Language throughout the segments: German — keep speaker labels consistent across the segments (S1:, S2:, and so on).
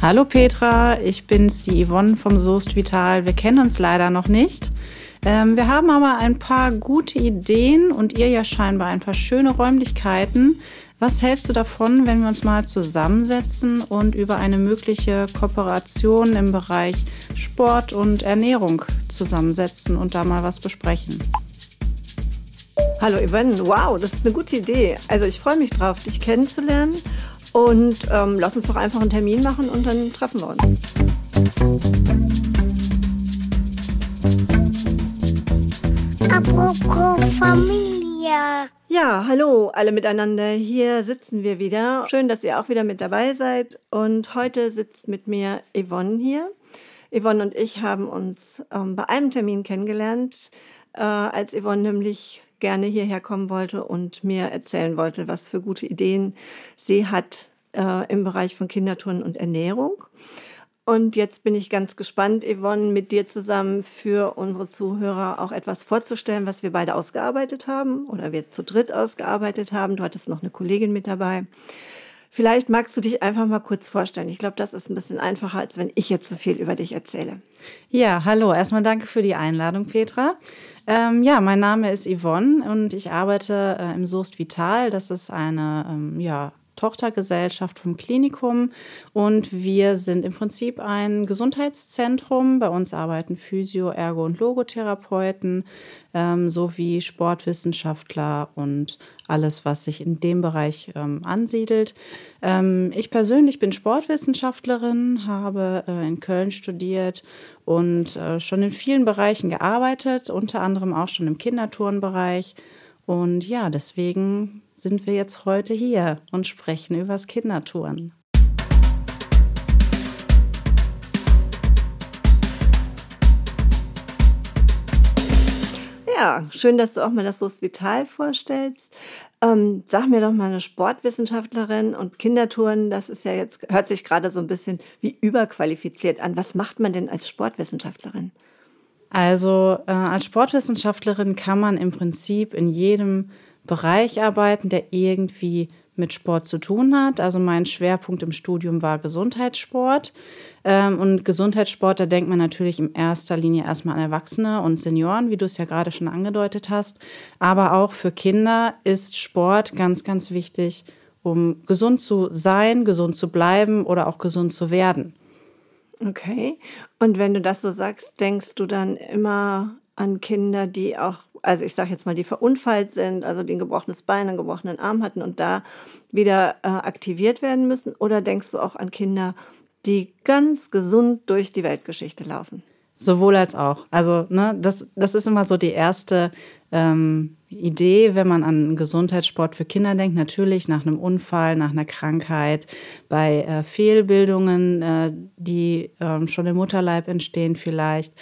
S1: Hallo Petra, ich bin's, die Yvonne vom Soest Vital. Wir kennen uns leider noch nicht. Wir haben aber ein paar gute Ideen und ihr ja scheinbar ein paar schöne Räumlichkeiten. Was hältst du davon, wenn wir uns mal zusammensetzen und über eine mögliche Kooperation im Bereich Sport und Ernährung zusammensetzen und da mal was besprechen?
S2: Hallo Yvonne, wow, das ist eine gute Idee. Also ich freue mich drauf, dich kennenzulernen und lass uns doch einfach einen Termin machen und dann treffen wir uns.
S3: Apropos Familie.
S2: Ja, hallo alle miteinander. Hier sitzen wir wieder. Schön, dass ihr auch wieder mit dabei seid. Und heute sitzt mit mir Yvonne hier. Yvonne und ich haben uns bei einem Termin kennengelernt, als Yvonne nämlich gerne hierher kommen wollte und mir erzählen wollte, was für gute Ideen sie hat im Bereich von Kinderturnen und Ernährung. Und jetzt bin ich ganz gespannt, Yvonne, mit dir zusammen für unsere Zuhörer auch etwas vorzustellen, was wir beide ausgearbeitet haben oder wir zu dritt ausgearbeitet haben. Du hattest noch eine Kollegin mit dabei. Vielleicht magst du dich einfach mal kurz vorstellen. Ich glaube, das ist ein bisschen einfacher, als wenn ich jetzt so viel über dich erzähle.
S1: Ja, hallo. Erstmal danke für die Einladung, Petra. Mein Name ist Yvonne und ich arbeite im Soest Vital. Das ist eine Tochtergesellschaft vom Klinikum und wir sind im Prinzip ein Gesundheitszentrum. Bei uns arbeiten Physio-, Ergo- und Logotherapeuten sowie Sportwissenschaftler und alles, was sich in dem Bereich ansiedelt. Ich persönlich bin Sportwissenschaftlerin, habe in Köln studiert und schon in vielen Bereichen gearbeitet, unter anderem auch schon im Kinderturnbereich. Und ja, deswegen sind wir jetzt heute hier und sprechen über das Kinderturnen.
S2: Ja, schön, dass du auch mal das Soest Vital vorstellst. Sag mir doch mal, eine Sportwissenschaftlerin und Kinderturnen, das ist ja jetzt, hört sich gerade so ein bisschen wie überqualifiziert an. Was macht man denn als Sportwissenschaftlerin?
S1: Also als Sportwissenschaftlerin kann man im Prinzip in jedem Bereich arbeiten, der irgendwie mit Sport zu tun hat. Also mein Schwerpunkt im Studium war Gesundheitssport. Und Gesundheitssport, da denkt man natürlich in erster Linie erstmal an Erwachsene und Senioren, wie du es ja gerade schon angedeutet hast. Aber auch für Kinder ist Sport ganz, ganz wichtig, um gesund zu sein, gesund zu bleiben oder auch gesund zu werden.
S2: Okay. Und wenn du das so sagst, denkst du dann immer an Kinder, die auch, also ich sage jetzt mal, die verunfallt sind, also die ein gebrochenes Bein, einen gebrochenen Arm hatten und da wieder aktiviert werden müssen? Oder denkst du auch an Kinder, die ganz gesund durch die Weltgeschichte laufen?
S1: Sowohl als auch. Also das ist immer so die erste Idee, wenn man an Gesundheitssport für Kinder denkt. Natürlich nach einem Unfall, nach einer Krankheit, bei Fehlbildungen, die schon im Mutterleib entstehen vielleicht.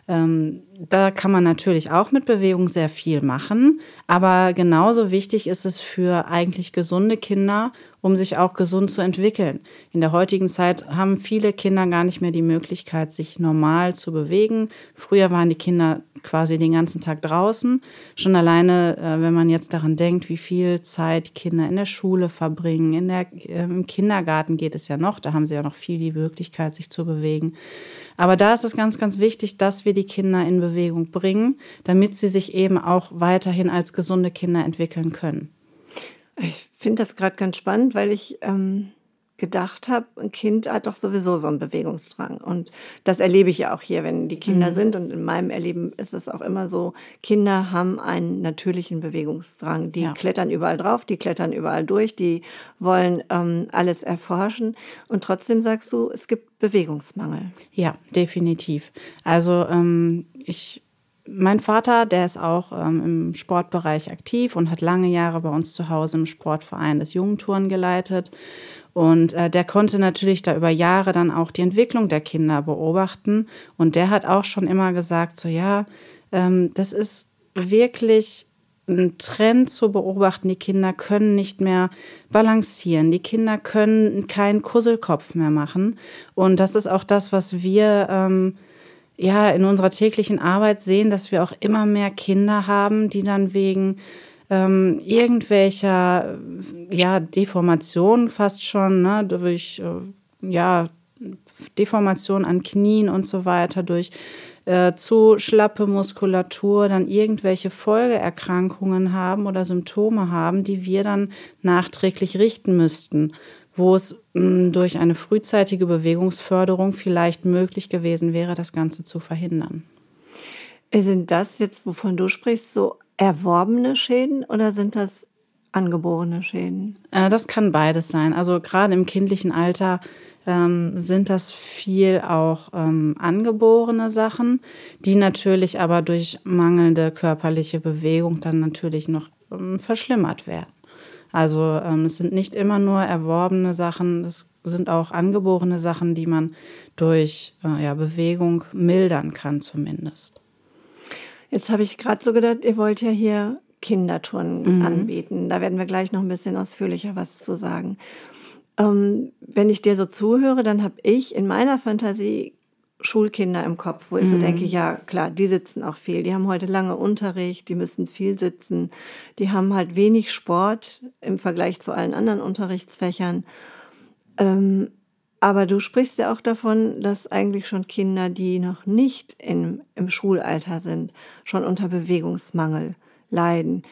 S1: Da kann man natürlich auch mit Bewegung sehr viel machen, aber genauso wichtig ist es für eigentlich gesunde Kinder, um sich auch gesund zu entwickeln. In der heutigen Zeit haben viele Kinder gar nicht mehr die Möglichkeit, sich normal zu bewegen. Früher waren die Kinder quasi den ganzen Tag draußen. Schon alleine, wenn man jetzt daran denkt, wie viel Zeit Kinder in der Schule verbringen, im Kindergarten geht es ja noch, da haben sie ja noch viel die Möglichkeit, sich zu bewegen. Aber da ist es ganz, ganz wichtig, dass wir die Kinder in Bewegung bringen, damit sie sich eben auch weiterhin als gesunde Kinder entwickeln können.
S2: Ich finde das gerade ganz spannend, weil ich gedacht habe, ein Kind hat doch sowieso so einen Bewegungsdrang. Und das erlebe ich ja auch hier, wenn die Kinder sind. Und in meinem Erleben ist es auch immer so, Kinder haben einen natürlichen Bewegungsdrang. Die klettern überall drauf, die klettern überall durch, die wollen alles erforschen. Und trotzdem sagst du, es gibt Bewegungsmangel.
S1: Ja, definitiv. Also mein Vater, der ist auch im Sportbereich aktiv und hat lange Jahre bei uns zu Hause im Sportverein des Jugendturnen geleitet. Und der konnte natürlich da über Jahre dann auch die Entwicklung der Kinder beobachten. Und der hat auch schon immer gesagt, so das ist wirklich ein Trend zu beobachten. Die Kinder können nicht mehr balancieren. Die Kinder können keinen Kusselkopf mehr machen. Und das ist auch das, was wir in unserer täglichen Arbeit sehen, dass wir auch immer mehr Kinder haben, die dann wegen irgendwelcher Deformationen fast schon, durch Deformation an Knien und so weiter, durch zu schlappe Muskulatur dann irgendwelche Folgeerkrankungen haben oder Symptome haben, die wir dann nachträglich richten müssten, wo es durch eine frühzeitige Bewegungsförderung vielleicht möglich gewesen wäre, das Ganze zu verhindern.
S2: Sind das jetzt, wovon du sprichst, so erworbene Schäden oder sind das angeborene Schäden?
S1: Das kann beides sein. Also gerade im kindlichen Alter sind das viel auch angeborene Sachen, die natürlich aber durch mangelnde körperliche Bewegung dann natürlich noch verschlimmert werden. Also es sind nicht immer nur erworbene Sachen, es sind auch angeborene Sachen, die man durch Bewegung mildern kann zumindest.
S2: Jetzt habe ich gerade so gedacht, ihr wollt ja hier Kinderturnen anbieten. Da werden wir gleich noch ein bisschen ausführlicher was zu sagen. Wenn ich dir so zuhöre, dann habe ich in meiner Fantasie Schulkinder im Kopf, wo ich so denke, ja klar, die sitzen auch viel, die haben heute lange Unterricht, die müssen viel sitzen, die haben halt wenig Sport im Vergleich zu allen anderen Unterrichtsfächern. Aber du sprichst ja auch davon, dass eigentlich schon Kinder, die noch nicht im Schulalter sind, schon unter Bewegungsmangel leiden.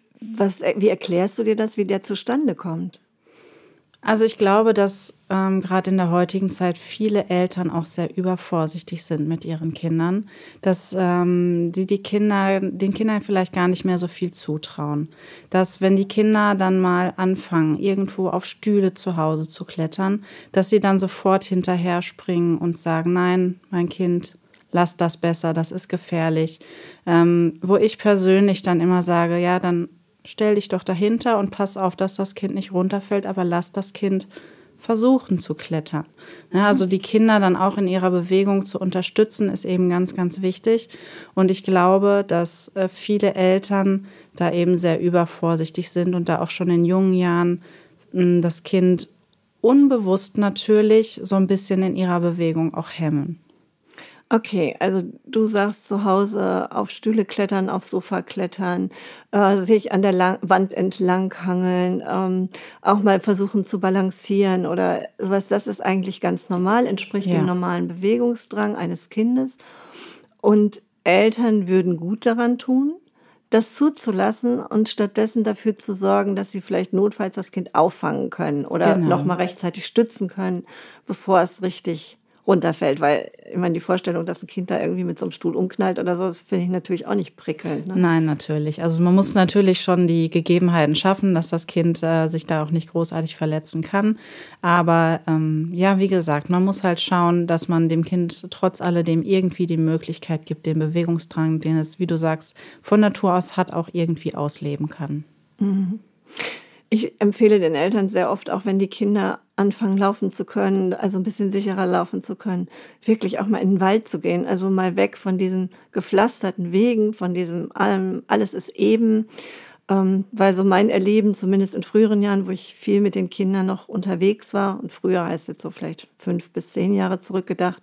S2: Wie erklärst du dir das, wie der zustande kommt?
S1: Also ich glaube, dass gerade in der heutigen Zeit viele Eltern auch sehr übervorsichtig sind mit ihren Kindern, dass sie den Kindern vielleicht gar nicht mehr so viel zutrauen. Dass wenn die Kinder dann mal anfangen, irgendwo auf Stühle zu Hause zu klettern, dass sie dann sofort hinterher springen und sagen, nein, mein Kind, lass das besser, das ist gefährlich. Wo ich persönlich dann immer sage, ja, dann stell dich doch dahinter und pass auf, dass das Kind nicht runterfällt, aber lass das Kind versuchen zu klettern. Ja, also die Kinder dann auch in ihrer Bewegung zu unterstützen, ist eben ganz, ganz wichtig. Und ich glaube, dass viele Eltern da eben sehr übervorsichtig sind und da auch schon in jungen Jahren das Kind unbewusst natürlich so ein bisschen in ihrer Bewegung auch hemmen.
S2: Okay, also du sagst zu Hause auf Stühle klettern, auf Sofa klettern, sich an der Wand entlang hangeln, auch mal versuchen zu balancieren oder sowas. Das ist eigentlich ganz normal, entspricht dem normalen Bewegungsdrang eines Kindes. Und Eltern würden gut daran tun, das zuzulassen und stattdessen dafür zu sorgen, dass sie vielleicht notfalls das Kind auffangen können oder noch mal rechtzeitig stützen können, bevor es richtig runterfällt, weil ich meine, die Vorstellung, dass ein Kind da irgendwie mit so einem Stuhl umknallt oder so, das finde ich natürlich auch nicht prickelnd. Ne?
S1: Nein, natürlich. Also man muss natürlich schon die Gegebenheiten schaffen, dass das Kind sich da auch nicht großartig verletzen kann. Aber wie gesagt, man muss halt schauen, dass man dem Kind trotz alledem irgendwie die Möglichkeit gibt, den Bewegungsdrang, den es, wie du sagst, von Natur aus hat, auch irgendwie ausleben kann.
S2: Mhm. Ich empfehle den Eltern sehr oft, auch wenn die Kinder anfangen laufen zu können, also ein bisschen sicherer laufen zu können, wirklich auch mal in den Wald zu gehen, also mal weg von diesen gepflasterten Wegen, von diesem allem, alles ist eben, weil so mein Erleben, zumindest in früheren Jahren, wo ich viel mit den Kindern noch unterwegs war, und früher heißt jetzt so vielleicht 5 bis 10 Jahre zurückgedacht,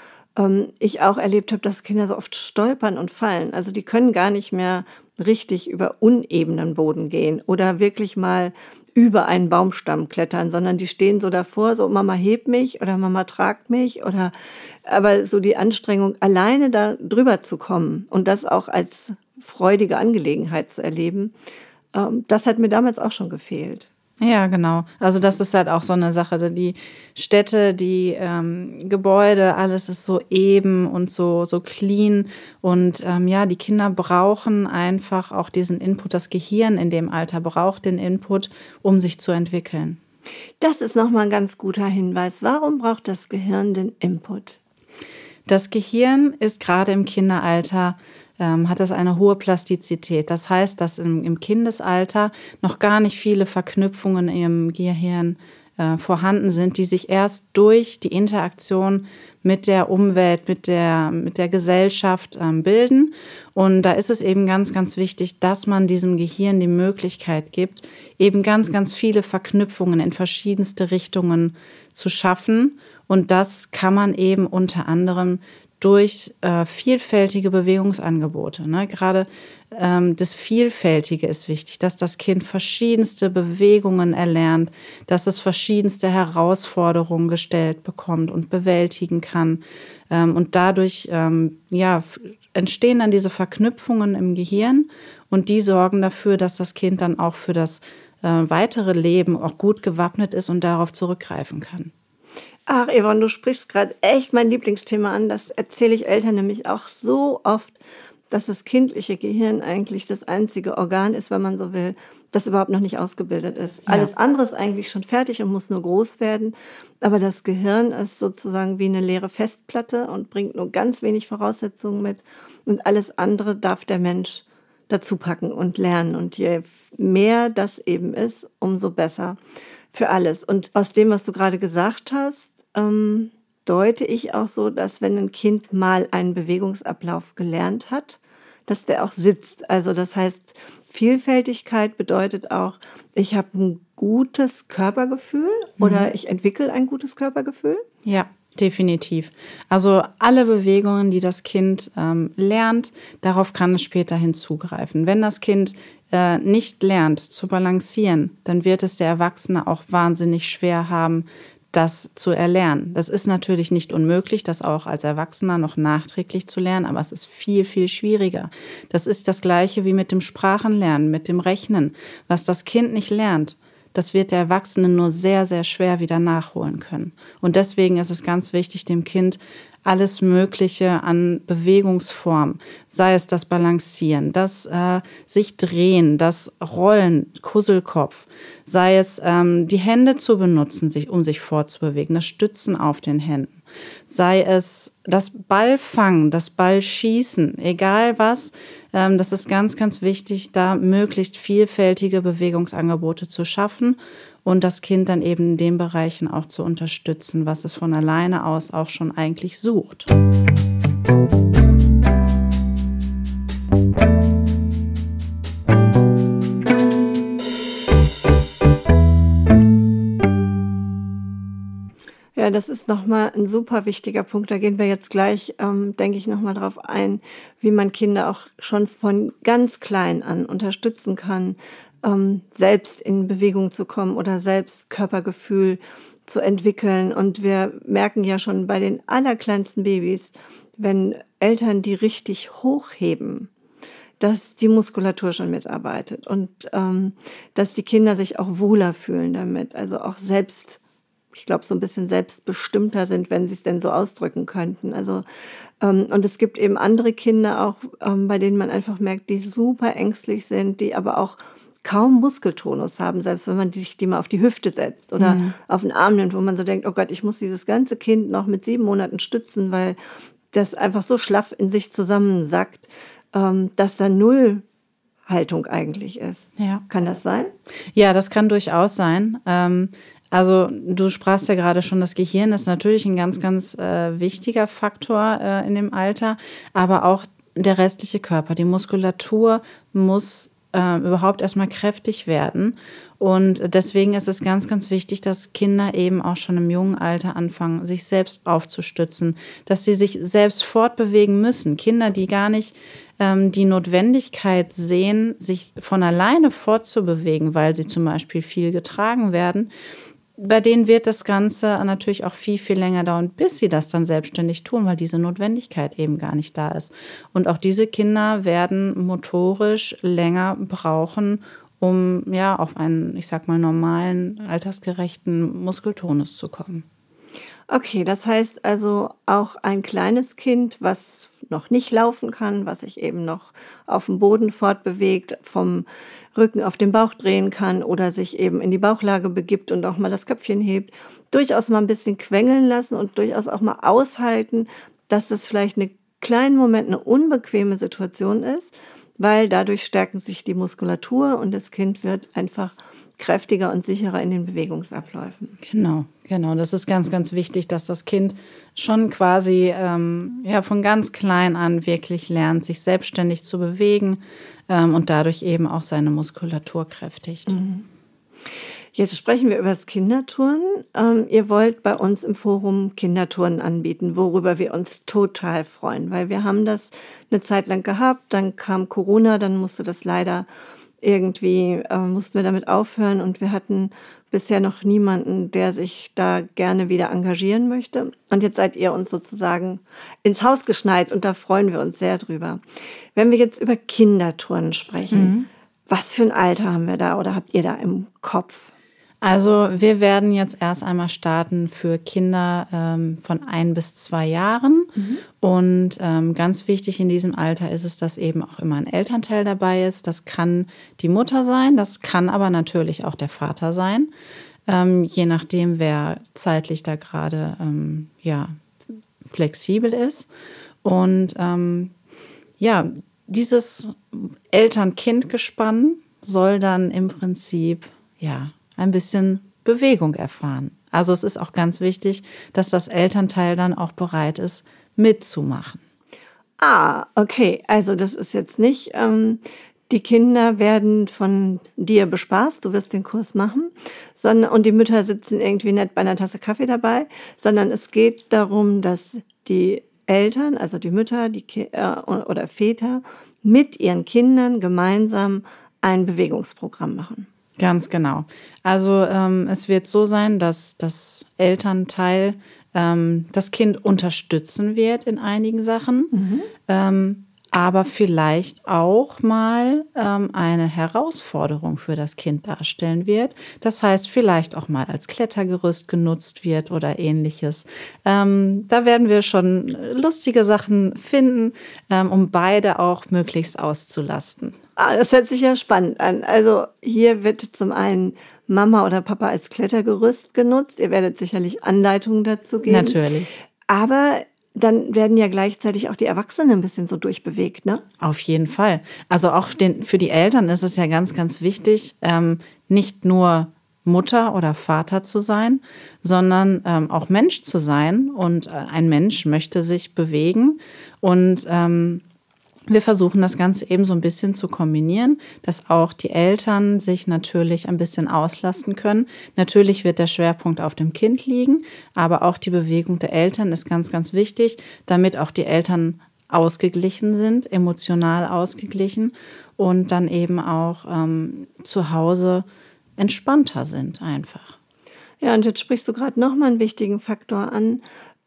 S2: ich auch erlebt habe, dass Kinder so oft stolpern und fallen. Also die können gar nicht mehr richtig über unebenen Boden gehen oder wirklich mal über einen Baumstamm klettern, sondern die stehen so davor, so Mama hebt mich oder Mama tragt mich aber so die Anstrengung, alleine da drüber zu kommen und das auch als freudige Angelegenheit zu erleben, das hat mir damals auch schon gefehlt.
S1: Ja, genau. Also das ist halt auch so eine Sache. Die Städte, die Gebäude, alles ist so eben und so clean. Und die Kinder brauchen einfach auch diesen Input. Das Gehirn in dem Alter braucht den Input, um sich zu entwickeln.
S2: Das ist nochmal ein ganz guter Hinweis. Warum braucht das Gehirn den Input?
S1: Das Gehirn ist gerade im Kinderalter hat das eine hohe Plastizität. Das heißt, dass im Kindesalter noch gar nicht viele Verknüpfungen im Gehirn vorhanden sind, die sich erst durch die Interaktion mit der Umwelt, mit der Gesellschaft bilden. Und da ist es eben ganz, ganz wichtig, dass man diesem Gehirn die Möglichkeit gibt, eben ganz, ganz viele Verknüpfungen in verschiedenste Richtungen zu schaffen. Und das kann man eben unter anderem durch vielfältige Bewegungsangebote. Ne? Gerade das Vielfältige ist wichtig, dass das Kind verschiedenste Bewegungen erlernt, dass es verschiedenste Herausforderungen gestellt bekommt und bewältigen kann. Und dadurch entstehen dann diese Verknüpfungen im Gehirn und die sorgen dafür, dass das Kind dann auch für das weitere Leben auch gut gewappnet ist und darauf zurückgreifen kann.
S2: Ach, Yvonne, du sprichst gerade echt mein Lieblingsthema an. Das erzähle ich Eltern nämlich auch so oft, dass das kindliche Gehirn eigentlich das einzige Organ ist, wenn man so will, das überhaupt noch nicht ausgebildet ist. Ja. Alles andere ist eigentlich schon fertig und muss nur groß werden. Aber das Gehirn ist sozusagen wie eine leere Festplatte und bringt nur ganz wenig Voraussetzungen mit. Und alles andere darf der Mensch dazu packen und lernen. Und je mehr das eben ist, umso besser für alles. Und aus dem, was du gerade gesagt hast, deute ich auch so, dass wenn ein Kind mal einen Bewegungsablauf gelernt hat, dass der auch sitzt. Also das heißt, Vielfältigkeit bedeutet auch, ich habe ein gutes Körpergefühl oder ich entwickle ein gutes Körpergefühl.
S1: Ja, definitiv. Also alle Bewegungen, die das Kind lernt, darauf kann es späterhin zugreifen. Wenn das Kind nicht lernt zu balancieren, dann wird es der Erwachsene auch wahnsinnig schwer haben, das zu erlernen. Das ist natürlich nicht unmöglich, das auch als Erwachsener noch nachträglich zu lernen, aber es ist viel, viel schwieriger. Das ist das Gleiche wie mit dem Sprachenlernen, mit dem Rechnen. Was das Kind nicht lernt, das wird der Erwachsene nur sehr, sehr schwer wieder nachholen können. Und deswegen ist es ganz wichtig, dem Kind alles Mögliche an Bewegungsform, sei es das Balancieren, das sich drehen, das Rollen, Kusselkopf, sei es die Hände zu benutzen, um sich fortzubewegen, das Stützen auf den Händen, sei es das Ballfangen, das Ballschießen, egal was, das ist ganz, ganz wichtig, da möglichst vielfältige Bewegungsangebote zu schaffen und das Kind dann eben in den Bereichen auch zu unterstützen, was es von alleine aus auch schon eigentlich sucht.
S2: Ja, das ist nochmal ein super wichtiger Punkt. Da gehen wir jetzt gleich, denke ich, nochmal drauf ein, wie man Kinder auch schon von ganz klein an unterstützen kann, selbst in Bewegung zu kommen oder selbst Körpergefühl zu entwickeln. Und wir merken ja schon bei den allerkleinsten Babys, wenn Eltern die richtig hochheben, dass die Muskulatur schon mitarbeitet und dass die Kinder sich auch wohler fühlen damit, also auch selbst, ich glaube, so ein bisschen selbstbestimmter sind, wenn sie es denn so ausdrücken könnten. Also und es gibt eben andere Kinder auch, bei denen man einfach merkt, die super ängstlich sind, die aber auch kaum Muskeltonus haben, selbst wenn man sich die mal auf die Hüfte setzt oder auf den Arm nimmt, wo man so denkt, oh Gott, ich muss dieses ganze Kind noch mit 7 Monaten stützen, weil das einfach so schlaff in sich zusammensackt, dass da null Haltung eigentlich ist. Ja. Kann das sein?
S1: Ja, das kann durchaus sein. Also du sprachst ja gerade schon, das Gehirn ist natürlich ein ganz, ganz wichtiger Faktor in dem Alter, aber auch der restliche Körper, die Muskulatur muss überhaupt erstmal kräftig werden. Und deswegen ist es ganz, ganz wichtig, dass Kinder eben auch schon im jungen Alter anfangen, sich selbst aufzustützen, dass sie sich selbst fortbewegen müssen. Kinder, die gar nicht die Notwendigkeit sehen, sich von alleine fortzubewegen, weil sie zum Beispiel viel getragen werden, bei denen wird das Ganze natürlich auch viel, viel länger dauern, bis sie das dann selbstständig tun, weil diese Notwendigkeit eben gar nicht da ist. Und auch diese Kinder werden motorisch länger brauchen, um ja auf einen, ich sag mal, normalen, altersgerechten Muskeltonus zu kommen.
S2: Okay, das heißt also auch ein kleines Kind, was noch nicht laufen kann, was sich eben noch auf dem Boden fortbewegt, vom Rücken auf den Bauch drehen kann oder sich eben in die Bauchlage begibt und auch mal das Köpfchen hebt, durchaus mal ein bisschen quengeln lassen und durchaus auch mal aushalten, dass das vielleicht einen kleinen Moment eine unbequeme Situation ist, weil dadurch stärken sich die Muskulatur und das Kind wird einfach kräftiger und sicherer in den Bewegungsabläufen.
S1: Genau. Das ist ganz, ganz wichtig, dass das Kind schon quasi von ganz klein an wirklich lernt, sich selbstständig zu bewegen und dadurch eben auch seine Muskulatur kräftigt.
S2: Mhm. Jetzt sprechen wir über das Kinderturnen. Ihr wollt bei uns im Forum Kinderturnen anbieten, worüber wir uns total freuen, weil wir haben das eine Zeit lang gehabt, dann kam Corona, dann mussten wir damit aufhören und wir hatten bisher noch niemanden, der sich da gerne wieder engagieren möchte. Und jetzt seid ihr uns sozusagen ins Haus geschneit und da freuen wir uns sehr drüber. Wenn wir jetzt über Kinderturnen sprechen, was für ein Alter haben wir da oder habt ihr da im Kopf?
S1: Also wir werden jetzt erst einmal starten für Kinder von 1 bis 2 Jahren. Und ganz wichtig in diesem Alter ist es, dass eben auch immer ein Elternteil dabei ist. Das kann die Mutter sein, das kann aber natürlich auch der Vater sein. Je nachdem, wer zeitlich da gerade flexibel ist. Und dieses Eltern-Kind-Gespann soll dann im Prinzip ein bisschen Bewegung erfahren. Also es ist auch ganz wichtig, dass das Elternteil dann auch bereit ist, mitzumachen.
S2: Ah, okay. Also das ist jetzt nicht, die Kinder werden von dir bespaßt, du wirst den Kurs machen, und die Mütter sitzen irgendwie nett bei einer Tasse Kaffee dabei, sondern es geht darum, dass die Eltern, also die Mütter oder Väter, mit ihren Kindern gemeinsam ein Bewegungsprogramm machen.
S1: Ganz genau. Also es wird so sein, dass das Elternteil das Kind unterstützen wird in einigen Sachen, aber vielleicht auch mal eine Herausforderung für das Kind darstellen wird. Das heißt, vielleicht auch mal als Klettergerüst genutzt wird oder ähnliches. Da werden wir schon lustige Sachen finden, um beide auch möglichst auszulasten.
S2: Das hört sich ja spannend an. Also hier wird zum einen Mama oder Papa als Klettergerüst genutzt. Ihr werdet sicherlich Anleitungen dazu geben.
S1: Natürlich.
S2: Aber dann werden ja gleichzeitig auch die Erwachsenen ein bisschen so durchbewegt, ne?
S1: Auf jeden Fall. Also auch für die Eltern ist es ja ganz, ganz wichtig, nicht nur Mutter oder Vater zu sein, sondern auch Mensch zu sein. Und ein Mensch möchte sich bewegen und wir versuchen das Ganze eben so ein bisschen zu kombinieren, dass auch die Eltern sich natürlich ein bisschen auslasten können. Natürlich wird der Schwerpunkt auf dem Kind liegen, aber auch die Bewegung der Eltern ist ganz, ganz wichtig, damit auch die Eltern ausgeglichen sind, emotional ausgeglichen und dann eben auch zu Hause entspannter sind einfach.
S2: Ja, und jetzt sprichst du gerade nochmal einen wichtigen Faktor an.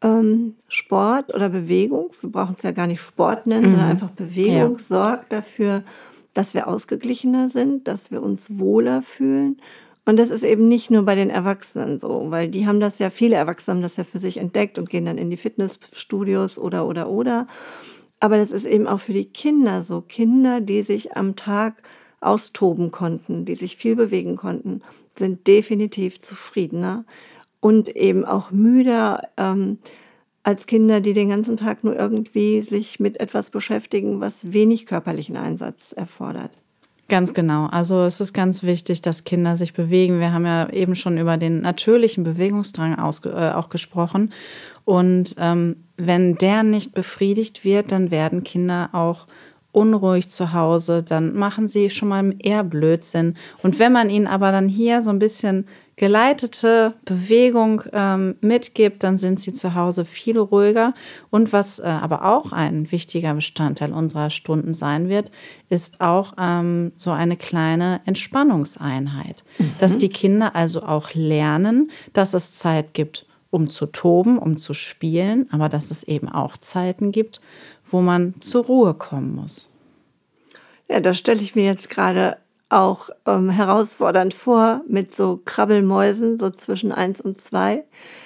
S2: Sport oder Bewegung, wir brauchen es ja gar nicht Sport nennen, sondern einfach Bewegung sorgt dafür, dass wir ausgeglichener sind, dass wir uns wohler fühlen. Und das ist eben nicht nur bei den Erwachsenen so, weil die haben das ja, viele Erwachsene haben das ja für sich entdeckt und gehen dann in die Fitnessstudios oder. Aber das ist eben auch für die Kinder so. Kinder, die sich am Tag austoben konnten, die sich viel bewegen konnten, sind definitiv zufriedener. Und eben auch müder als Kinder, die den ganzen Tag nur irgendwie sich mit etwas beschäftigen, was wenig körperlichen Einsatz erfordert.
S1: Ganz genau. Also es ist ganz wichtig, dass Kinder sich bewegen. Wir haben ja eben schon über den natürlichen Bewegungsdrang auch gesprochen. Und wenn der nicht befriedigt wird, dann werden Kinder auch unruhig zu Hause. Dann machen sie schon mal eher Blödsinn. Und wenn man ihnen aber dann hier so ein bisschen geleitete Bewegung mitgibt, dann sind sie zu Hause viel ruhiger. Und was aber auch ein wichtiger Bestandteil unserer Stunden sein wird, ist auch so eine kleine Entspannungseinheit. Dass die Kinder also auch lernen, dass es Zeit gibt, um zu toben, um zu spielen, aber dass es eben auch Zeiten gibt, wo man zur Ruhe kommen muss.
S2: Ja, das stelle ich mir jetzt gerade auch herausfordernd vor mit so Krabbelmäusen, so zwischen 1 und 2.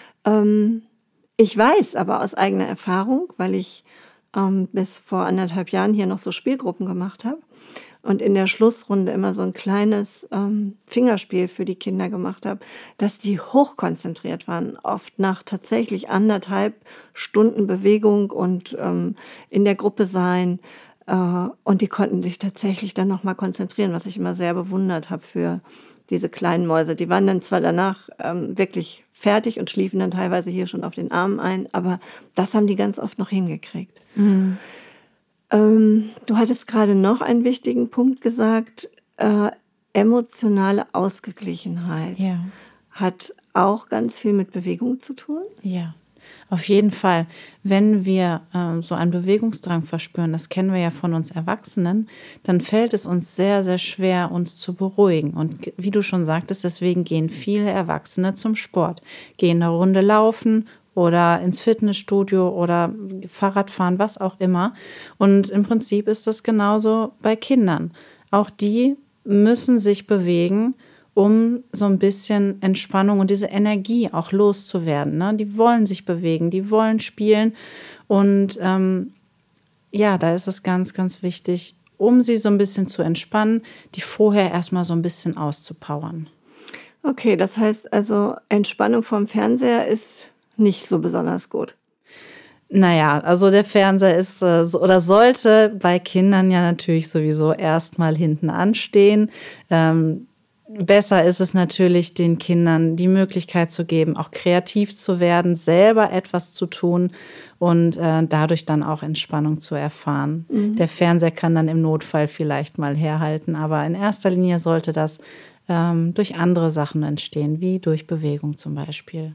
S2: Ich weiß aber aus eigener Erfahrung, weil ich bis vor 1,5 Jahren hier noch so Spielgruppen gemacht habe und in der Schlussrunde immer so ein kleines Fingerspiel für die Kinder gemacht habe, dass die hochkonzentriert waren, oft nach tatsächlich 1,5 Stunden Bewegung und in der Gruppe sein. Und die konnten sich tatsächlich dann nochmal konzentrieren, was ich immer sehr bewundert habe für diese kleinen Mäuse. Die waren dann zwar danach wirklich fertig und schliefen dann teilweise hier schon auf den Armen ein, aber das haben die ganz oft noch hingekriegt. Du hattest gerade noch einen wichtigen Punkt gesagt. emotionale Ausgeglichenheit hat auch ganz viel mit Bewegung zu tun?
S1: Ja, auf jeden Fall. Wenn wir so einen Bewegungsdrang verspüren, das kennen wir ja von uns Erwachsenen, dann fällt es uns sehr, sehr schwer, uns zu beruhigen. Und wie du schon sagtest, deswegen gehen viele Erwachsene zum Sport, gehen eine Runde laufen oder ins Fitnessstudio oder Fahrradfahren, was auch immer. Und im Prinzip ist das genauso bei Kindern. Auch die müssen sich bewegen, um so ein bisschen Entspannung und diese Energie auch loszuwerden. Ne? Die wollen sich bewegen, die wollen spielen. Und da ist es ganz, ganz wichtig, um sie so ein bisschen zu entspannen, die vorher erstmal so ein bisschen auszupowern.
S2: Okay, das heißt also, Entspannung vom Fernseher ist nicht so besonders gut.
S1: Naja, also der Fernseher ist oder sollte bei Kindern ja natürlich sowieso erstmal hinten anstehen. Besser ist es natürlich, den Kindern die Möglichkeit zu geben, auch kreativ zu werden, selber etwas zu tun und dadurch dann auch Entspannung zu erfahren. Der Fernseher kann dann im Notfall vielleicht mal herhalten, aber in erster Linie sollte das durch andere Sachen entstehen, wie durch Bewegung zum Beispiel.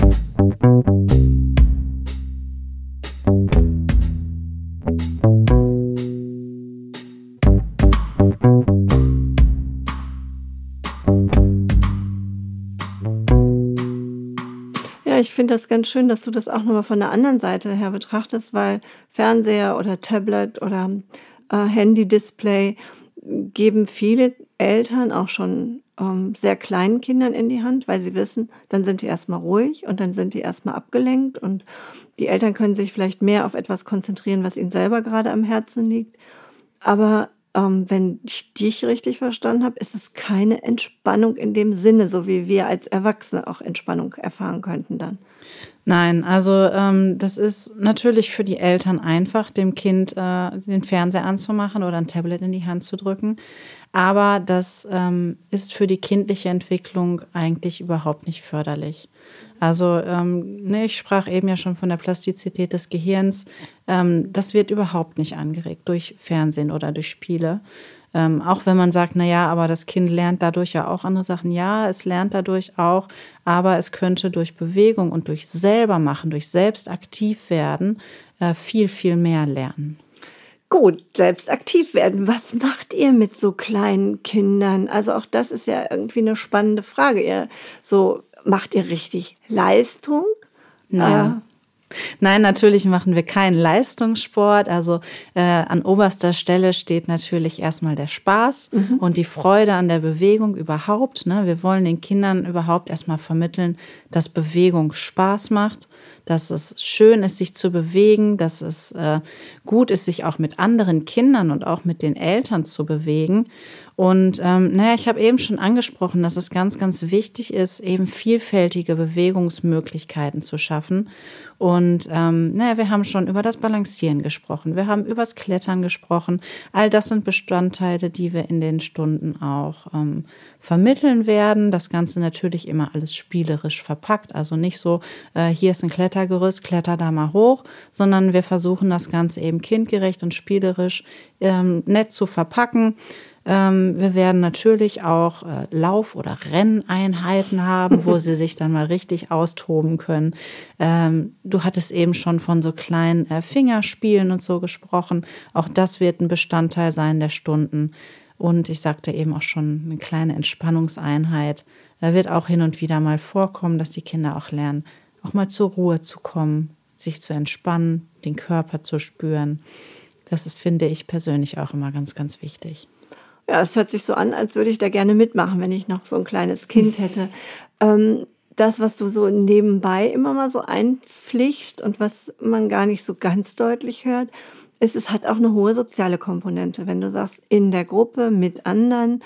S2: Ja, ich finde das ganz schön, dass du das auch nochmal von der anderen Seite her betrachtest, weil Fernseher oder Tablet oder Handy-Display geben viele Eltern auch schon sehr kleinen Kindern in die Hand, weil sie wissen, dann sind die erstmal ruhig und dann sind die erstmal abgelenkt und die Eltern können sich vielleicht mehr auf etwas konzentrieren, was ihnen selber gerade am Herzen liegt. Aber wenn ich dich richtig verstanden habe, ist es keine Entspannung in dem Sinne, so wie wir als Erwachsene auch Entspannung erfahren könnten dann.
S1: Nein, also das ist natürlich für die Eltern einfach, dem Kind den Fernseher anzumachen oder ein Tablet in die Hand zu drücken. Aber das ist für die kindliche Entwicklung eigentlich überhaupt nicht förderlich. Also ich sprach eben ja schon von der Plastizität des Gehirns. Das wird überhaupt nicht angeregt durch Fernsehen oder durch Spiele. Auch wenn man sagt, naja, aber das Kind lernt dadurch ja auch andere Sachen. Ja, es lernt dadurch auch, aber es könnte durch Bewegung und durch selber machen, durch selbst aktiv werden, viel, viel mehr lernen.
S2: Gut, selbst aktiv werden. Was macht ihr mit so kleinen Kindern? Also auch das ist ja irgendwie eine spannende Frage. Macht ihr richtig Leistung?
S1: Nein. Nein, natürlich machen wir keinen Leistungssport. Also an oberster Stelle steht natürlich erstmal der Spaß und die Freude an der Bewegung überhaupt. Ne? Wir wollen den Kindern überhaupt erstmal vermitteln, dass Bewegung Spaß macht, dass es schön ist, sich zu bewegen, dass es gut ist, sich auch mit anderen Kindern und auch mit den Eltern zu bewegen. Und ich habe eben schon angesprochen, dass es ganz, ganz wichtig ist, eben vielfältige Bewegungsmöglichkeiten zu schaffen. Und wir haben schon über das Balancieren gesprochen, wir haben über das Klettern gesprochen. All das sind Bestandteile, die wir in den Stunden auch vermitteln werden. Das Ganze natürlich immer alles spielerisch verpackt. Also nicht so, hier ist ein Klettergerüst, kletter da mal hoch, sondern wir versuchen das Ganze eben kindgerecht und spielerisch nett zu verpacken. Wir werden natürlich auch Lauf- oder Renneinheiten haben, wo sie sich dann mal richtig austoben können. Du hattest eben schon von so kleinen Fingerspielen und so gesprochen. Auch das wird ein Bestandteil sein der Stunden. Und ich sagte eben auch schon, eine kleine Entspannungseinheit wird auch hin und wieder mal vorkommen, dass die Kinder auch lernen, auch mal zur Ruhe zu kommen, sich zu entspannen, den Körper zu spüren. Das ist, finde ich persönlich auch immer ganz, ganz wichtig.
S2: Ja, es hört sich so an, als würde ich da gerne mitmachen, wenn ich noch so ein kleines Kind hätte. Das, was du so nebenbei immer mal so einpflichst und was man gar nicht so ganz deutlich hört, ist, es hat auch eine hohe soziale Komponente. Wenn du sagst, in der Gruppe mit anderen,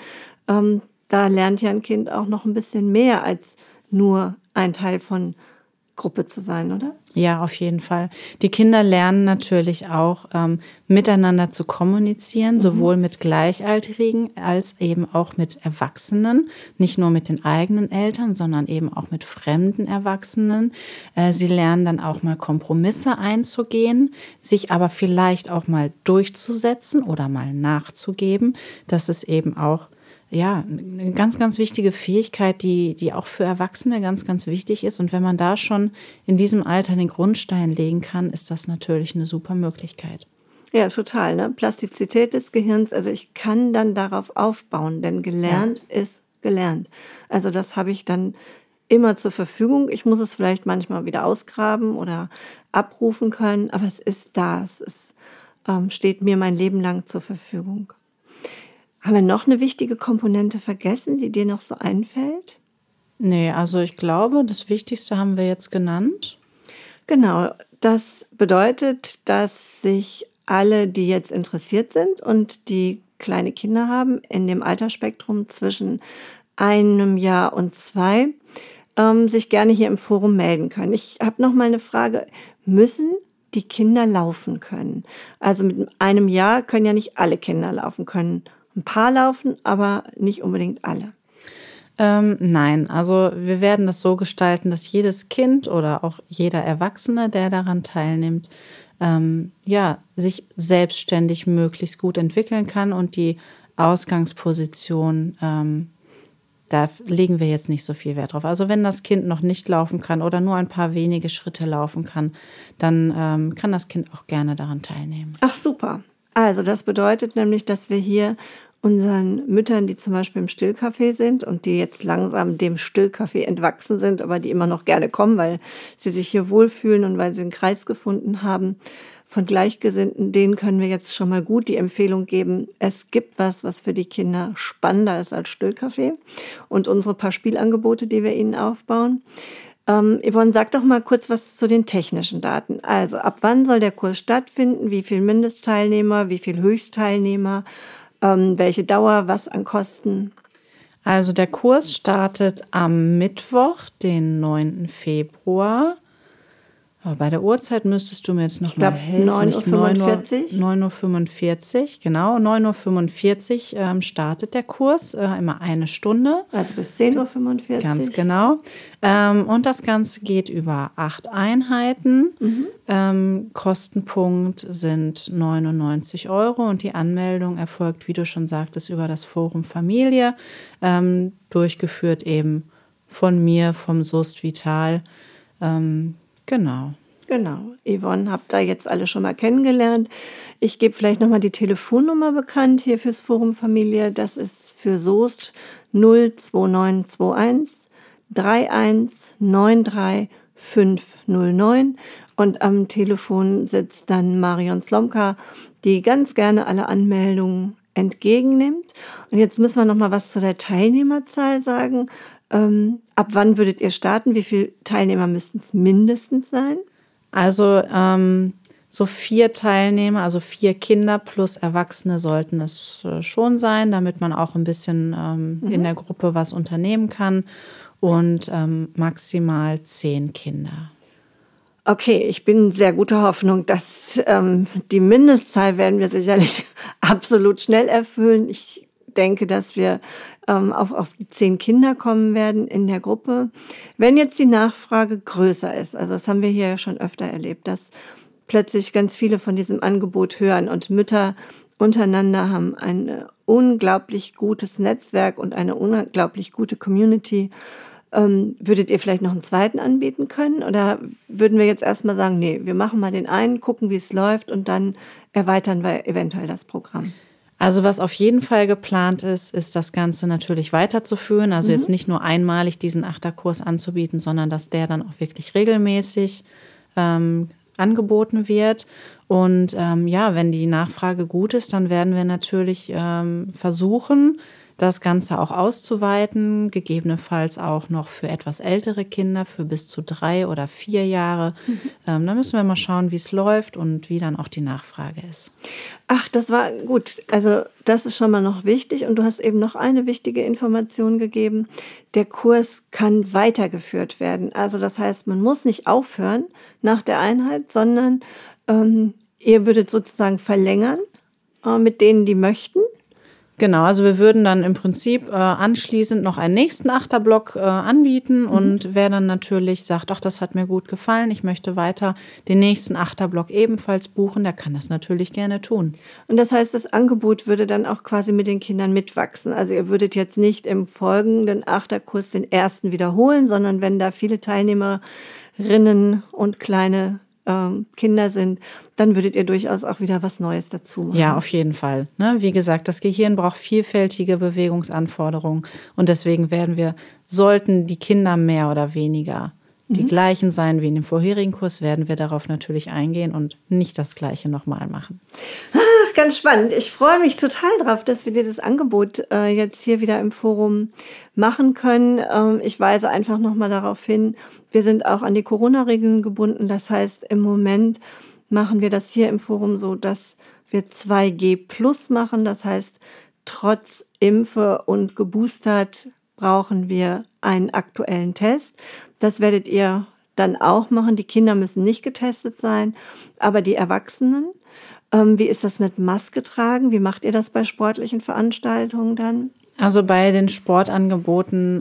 S2: da lernt ja ein Kind auch noch ein bisschen mehr als nur ein Teil von Gruppe zu sein, oder?
S1: Ja, auf jeden Fall. Die Kinder lernen natürlich auch miteinander zu kommunizieren, sowohl mit Gleichaltrigen als eben auch mit Erwachsenen, nicht nur mit den eigenen Eltern, sondern eben auch mit fremden Erwachsenen. Sie lernen dann auch mal Kompromisse einzugehen, sich aber vielleicht auch mal durchzusetzen oder mal nachzugeben. Das ist eben auch ja eine ganz, ganz wichtige Fähigkeit, die auch für Erwachsene ganz, ganz wichtig ist. Und wenn man da schon in diesem Alter den Grundstein legen kann, ist das natürlich eine super Möglichkeit.
S2: Ja, total, ne? Plastizität des Gehirns, also ich kann dann darauf aufbauen, denn gelernt ist gelernt. Also das habe ich dann immer zur Verfügung. Ich muss es vielleicht manchmal wieder ausgraben oder abrufen können, aber es ist da. Steht mir mein Leben lang zur Verfügung. Haben wir noch eine wichtige Komponente vergessen, die dir noch so einfällt?
S1: Nee, also ich glaube, das Wichtigste haben wir jetzt genannt.
S2: Genau, das bedeutet, dass sich alle, die jetzt interessiert sind und die kleine Kinder haben, in dem Altersspektrum zwischen 1 Jahr und 2, sich gerne hier im Forum melden können. Ich habe noch mal eine Frage. Müssen die Kinder laufen können? Also mit 1 Jahr können ja nicht alle Kinder laufen können. Ein paar laufen, aber nicht unbedingt alle.
S1: Nein, also wir werden das so gestalten, dass jedes Kind oder auch jeder Erwachsene, der daran teilnimmt, sich selbstständig möglichst gut entwickeln kann und die Ausgangsposition, da legen wir jetzt nicht so viel Wert drauf. Also wenn das Kind noch nicht laufen kann oder nur ein paar wenige Schritte laufen kann, dann kann das Kind auch gerne daran teilnehmen.
S2: Ach super. Also das bedeutet nämlich, dass wir hier unseren Müttern, die zum Beispiel im Stillcafé sind und die jetzt langsam dem Stillcafé entwachsen sind, aber die immer noch gerne kommen, weil sie sich hier wohlfühlen und weil sie einen Kreis gefunden haben von Gleichgesinnten, denen können wir jetzt schon mal gut die Empfehlung geben, es gibt was für die Kinder spannender ist als Stillcafé und unsere paar Spielangebote, die wir ihnen aufbauen. Yvonne, sag doch mal kurz was zu den technischen Daten. Also ab wann soll der Kurs stattfinden? Wie viel Mindestteilnehmer? Wie viel Höchstteilnehmer? Welche Dauer? Was an Kosten?
S1: Also der Kurs startet am Mittwoch, den 9. Februar. Aber bei der Uhrzeit müsstest du mir jetzt noch mal helfen.
S2: 9:45 Uhr.
S1: 9:45 Uhr, genau. 9:45 Uhr startet der Kurs, immer 1 Stunde.
S2: Also bis 10:45 Uhr.
S1: Ganz genau. Und das Ganze geht über 8 Einheiten. Kostenpunkt sind 99 € und die Anmeldung erfolgt, wie du schon sagtest, über das Forum Familie, durchgeführt eben von mir, vom Sust Vital. Genau.
S2: Genau. Yvonne, habt ihr jetzt alle schon mal kennengelernt. Ich gebe vielleicht nochmal die Telefonnummer bekannt hier fürs Forum Familie. Das ist für Soest 02921 3193 509. Und am Telefon sitzt dann Marion Slomka, die ganz gerne alle Anmeldungen entgegennimmt. Und jetzt müssen wir noch mal was zu der Teilnehmerzahl sagen. Ab wann würdet ihr starten? Wie viele Teilnehmer müssten es mindestens sein?
S1: Also so 4 Teilnehmer, also 4 Kinder plus Erwachsene sollten es schon sein, damit man auch ein bisschen in der Gruppe was unternehmen kann. Und maximal 10 Kinder.
S2: Okay, ich bin sehr guter Hoffnung, dass die Mindestzahl werden wir sicherlich absolut schnell erfüllen. Ich denke, dass wir auf die 10 Kinder kommen werden in der Gruppe. Wenn jetzt die Nachfrage größer ist, also das haben wir hier ja schon öfter erlebt, dass plötzlich ganz viele von diesem Angebot hören und Mütter untereinander haben ein unglaublich gutes Netzwerk und eine unglaublich gute Community. Würdet ihr vielleicht noch einen zweiten anbieten können? Oder würden wir jetzt erstmal sagen, nee, wir machen mal den einen, gucken, wie es läuft und dann erweitern wir eventuell das Programm?
S1: Also was auf jeden Fall geplant ist das Ganze natürlich weiterzuführen. Also jetzt nicht nur einmalig diesen 8er-Kurs anzubieten, sondern dass der dann auch wirklich regelmäßig angeboten wird. Und wenn die Nachfrage gut ist, dann werden wir natürlich versuchen, das Ganze auch auszuweiten, gegebenenfalls auch noch für etwas ältere Kinder, für bis zu 3 oder 4 Jahre. Da müssen wir mal schauen, wie es läuft und wie dann auch die Nachfrage ist.
S2: Ach, das war gut. Also das ist schon mal noch wichtig. Und du hast eben noch eine wichtige Information gegeben. Der Kurs kann weitergeführt werden. Also das heißt, man muss nicht aufhören nach der Einheit, sondern ihr würdet sozusagen verlängern mit denen, die möchten.
S1: Genau, also wir würden dann im Prinzip anschließend noch einen nächsten Achterblock anbieten und wer dann natürlich sagt, ach, das hat mir gut gefallen, ich möchte weiter den nächsten Achterblock ebenfalls buchen, der kann das natürlich gerne tun.
S2: Und das heißt, das Angebot würde dann auch quasi mit den Kindern mitwachsen. Also ihr würdet jetzt nicht im folgenden Achterkurs den ersten wiederholen, sondern wenn da viele Teilnehmerinnen und kleine Kinder sind, dann würdet ihr durchaus auch wieder was Neues dazu machen.
S1: Ja, auf jeden Fall. Ne? Wie gesagt, das Gehirn braucht vielfältige Bewegungsanforderungen und deswegen sollten die Kinder mehr oder weniger die gleichen sein wie in dem vorherigen Kurs, werden wir darauf natürlich eingehen und nicht das Gleiche nochmal machen.
S2: Ach, ganz spannend. Ich freue mich total drauf, dass wir dieses Angebot jetzt hier wieder im Forum machen können. Ich weise einfach nochmal darauf hin, wir sind auch an die Corona-Regeln gebunden. Das heißt, im Moment machen wir das hier im Forum so, dass wir 2G+ machen. Das heißt, trotz Impfe und geboostert brauchen wir einen aktuellen Test. Das werdet ihr dann auch machen. Die Kinder müssen nicht getestet sein, aber die Erwachsenen. Wie ist das mit Maske tragen? Wie macht ihr das bei sportlichen Veranstaltungen dann?
S1: Also bei den Sportangeboten,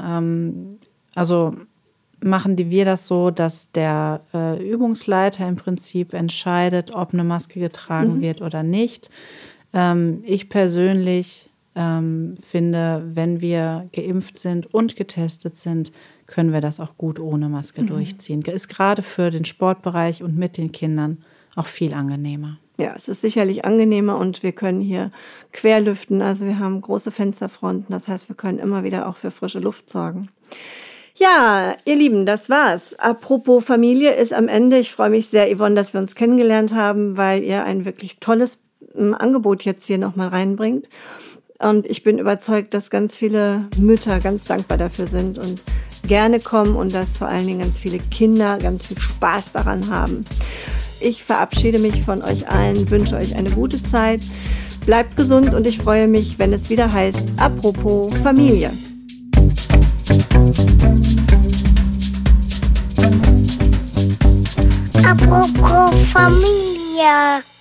S1: machen wir das so, dass der Übungsleiter im Prinzip entscheidet, ob eine Maske getragen wird oder nicht. Ich persönlich finde, wenn wir geimpft sind und getestet sind, können wir das auch gut ohne Maske durchziehen. Ist gerade für den Sportbereich und mit den Kindern auch viel angenehmer.
S2: Ja, es ist sicherlich angenehmer und wir können hier querlüften. Also wir haben große Fensterfronten, das heißt, wir können immer wieder auch für frische Luft sorgen. Ja, ihr Lieben, das war's. Apropos Familie ist am Ende. Ich freue mich sehr, Yvonne, dass wir uns kennengelernt haben, weil ihr ein wirklich tolles Angebot jetzt hier nochmal reinbringt. Und ich bin überzeugt, dass ganz viele Mütter ganz dankbar dafür sind und gerne kommen und dass vor allen Dingen ganz viele Kinder ganz viel Spaß daran haben. Ich verabschiede mich von euch allen, wünsche euch eine gute Zeit. Bleibt gesund und ich freue mich, wenn es wieder heißt, apropos Familie.
S3: Apropos Familie.